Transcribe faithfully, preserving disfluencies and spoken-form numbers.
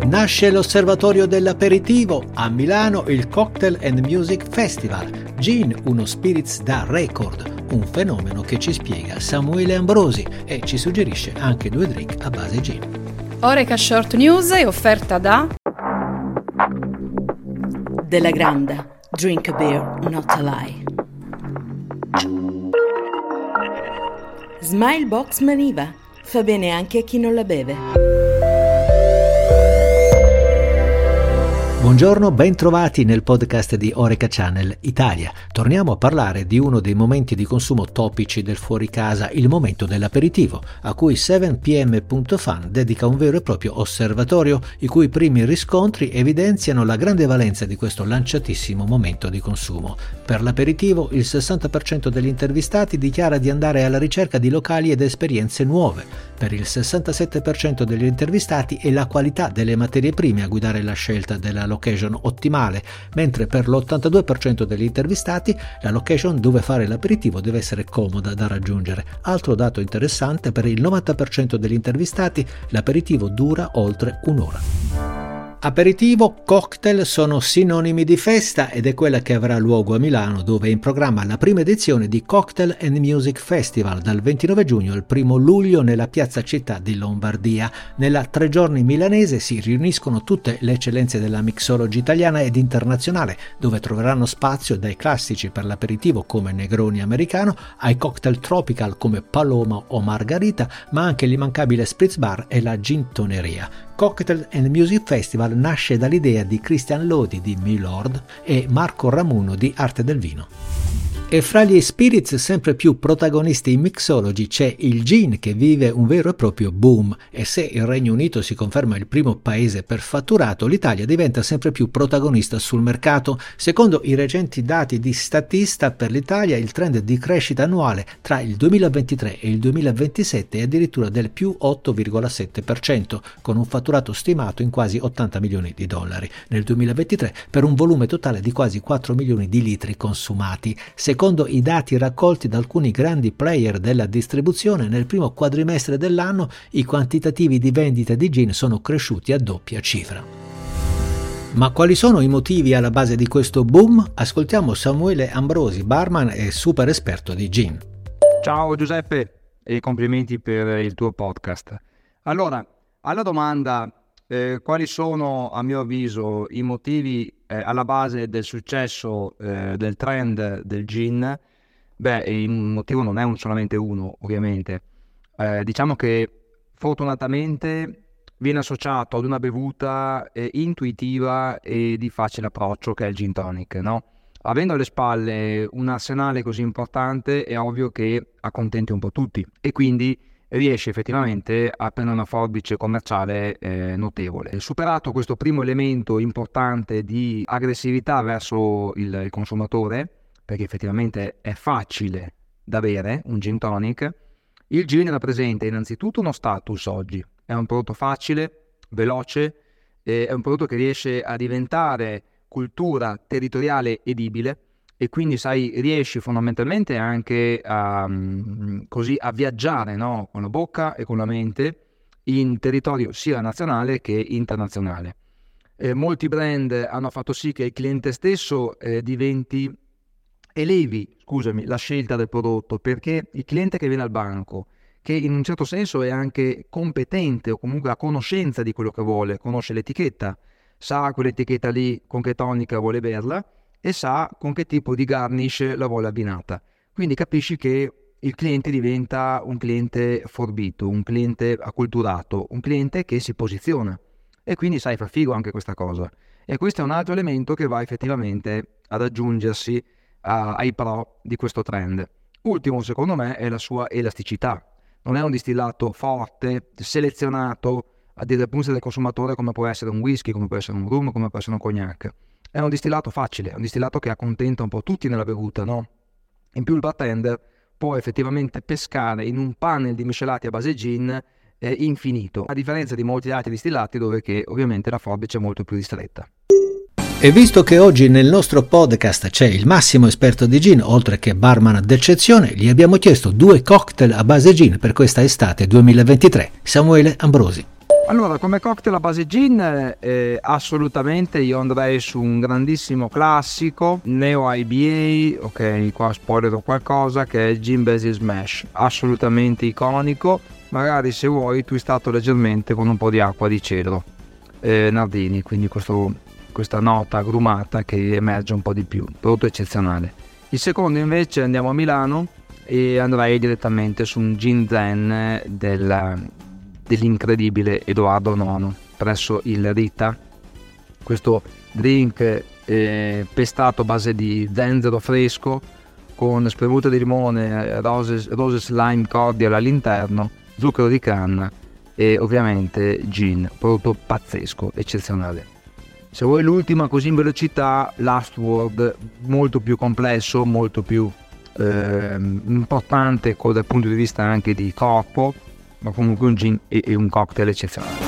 Nasce l'Osservatorio dell'Aperitivo, a Milano il Cocktail and Music Festival, Gin, uno spirits da record, un fenomeno che ci spiega Samuele Ambrosi e ci suggerisce anche due drink a base gin. Oreca Short News è offerta da Della Granda, drink a beer, not a lie. Smile Box Maniva, fa bene anche a chi non la beve. Buongiorno, ben trovati nel podcast di Oreca Channel Italia. Torniamo a parlare di uno dei momenti di consumo topici del fuori casa, il momento dell'aperitivo, a cui sette p m punto fan dedica un vero e proprio osservatorio, i cui primi riscontri evidenziano la grande valenza di questo lanciatissimo momento di consumo. Per l'aperitivo il sessanta per cento degli intervistati dichiara di andare alla ricerca di locali ed esperienze nuove. Per il sessantasette per cento degli intervistati è la qualità delle materie prime a guidare la scelta della location ottimale, mentre per l'ottantadue per cento degli intervistati la location dove fare l'aperitivo deve essere comoda da raggiungere. Altro dato interessante, per il novanta per cento degli intervistati l'aperitivo dura oltre un'ora. Aperitivo, cocktail sono sinonimi di festa ed è quella che avrà luogo a Milano, dove è in programma la prima edizione di Cocktail and Music Festival dal ventinove giugno al primo luglio nella piazza Città di Lombardia. Nella tre giorni milanese si riuniscono tutte le eccellenze della mixology italiana ed internazionale, dove troveranno spazio dai classici per l'aperitivo come Negroni americano ai cocktail tropical come Paloma o Margarita, ma anche l'immancabile Spritz Bar e la Gintoneria. Cocktail and Music Festival nasce dall'idea di Christian Lodi di Milord e Marco Ramuno di Arte del Vino. E fra gli spirits sempre più protagonisti in mixology c'è il gin, che vive un vero e proprio boom, e se il Regno Unito si conferma il primo paese per fatturato, l'Italia diventa sempre più protagonista sul mercato. Secondo i recenti dati di Statista, per l'Italia il trend di crescita annuale tra il duemilaventitré e il duemilaventisette è addirittura del più otto virgola sette per cento, con un fatturato stimato in quasi ottanta milioni di dollari nel duemilaventitré, per un volume totale di quasi quattro milioni di litri consumati. Secondo i dati raccolti da alcuni grandi player della distribuzione, nel primo quadrimestre dell'anno i quantitativi di vendita di gin sono cresciuti a doppia cifra. Ma quali sono i motivi alla base di questo boom? Ascoltiamo Samuele Ambrosi, barman e super esperto di gin. Ciao Giuseppe e complimenti per il tuo podcast. Allora, alla domanda eh, quali sono a mio avviso i motivi eh, alla base del successo eh, del trend del gin, beh, il motivo non è un, solamente uno, ovviamente. Eh, diciamo che fortunatamente viene associato ad una bevuta eh, intuitiva e di facile approccio, che è il gin tonic, no? Avendo alle spalle un arsenale così importante è ovvio che accontenti un po' tutti e quindi riesce effettivamente a prendere una forbice commerciale eh, notevole. Superato questo primo elemento importante di aggressività verso il, il consumatore, perché effettivamente è facile da bere un gin tonic, il gin rappresenta innanzitutto uno status oggi. È un prodotto facile, veloce, eh, è un prodotto che riesce a diventare cultura territoriale edibile, e quindi sai, riesci fondamentalmente anche a, così, a viaggiare, no? Con la bocca e con la mente in territorio sia nazionale che internazionale. Eh, molti brand hanno fatto sì che il cliente stesso eh, diventi, elevi, scusami, la scelta del prodotto, perché il cliente che viene al banco, che in un certo senso è anche competente o comunque a conoscenza di quello che vuole, conosce l'etichetta, sa quell'etichetta lì con che tonica vuole berla, e sa con che tipo di garnish la vuole abbinata. Quindi capisci che il cliente diventa un cliente forbito, un cliente acculturato, un cliente che si posiziona, e quindi sai, fa figo anche questa cosa. E questo è un altro elemento che va effettivamente ad aggiungersi a, ai pro di questo trend. Ultimo, secondo me, è la sua elasticità. Non è un distillato forte, selezionato a dire dal punto di vista del consumatore, come può essere un whisky, come può essere un rum, come può essere un cognac. È un distillato facile, è un distillato che accontenta un po' tutti nella bevuta, no? In più il bartender può effettivamente pescare in un panel di miscelati a base gin eh, infinito, a differenza di molti altri distillati dove che ovviamente la forbice è molto più ristretta. E visto che oggi nel nostro podcast c'è il massimo esperto di gin, oltre che barman d'eccezione, gli abbiamo chiesto due cocktail a base gin per questa estate duemilaventitré. Samuele Ambrosi. Allora, come cocktail a base gin, eh, assolutamente io andrei su un grandissimo classico, Neo I B A, ok, qua spoilerò qualcosa, che è il Gin Basil Smash, assolutamente iconico, magari se vuoi twistato leggermente con un po' di acqua di cedro, eh, Nardini, quindi questo, questa nota agrumata che emerge un po' di più, prodotto eccezionale. Il secondo invece andiamo a Milano e andrei direttamente su un Gin Zen del... dell'incredibile Edoardo nono presso il Rita, questo drink eh, pestato a base di zenzero fresco con spremuta di limone, roses, roses lime cordial all'interno, zucchero di canna e ovviamente gin, prodotto pazzesco, eccezionale. Se vuoi l'ultima così in velocità, Last Word, molto più complesso, molto più eh, importante dal punto di vista anche di corpo, ma comunque un gin e, e un cocktail eccezionale.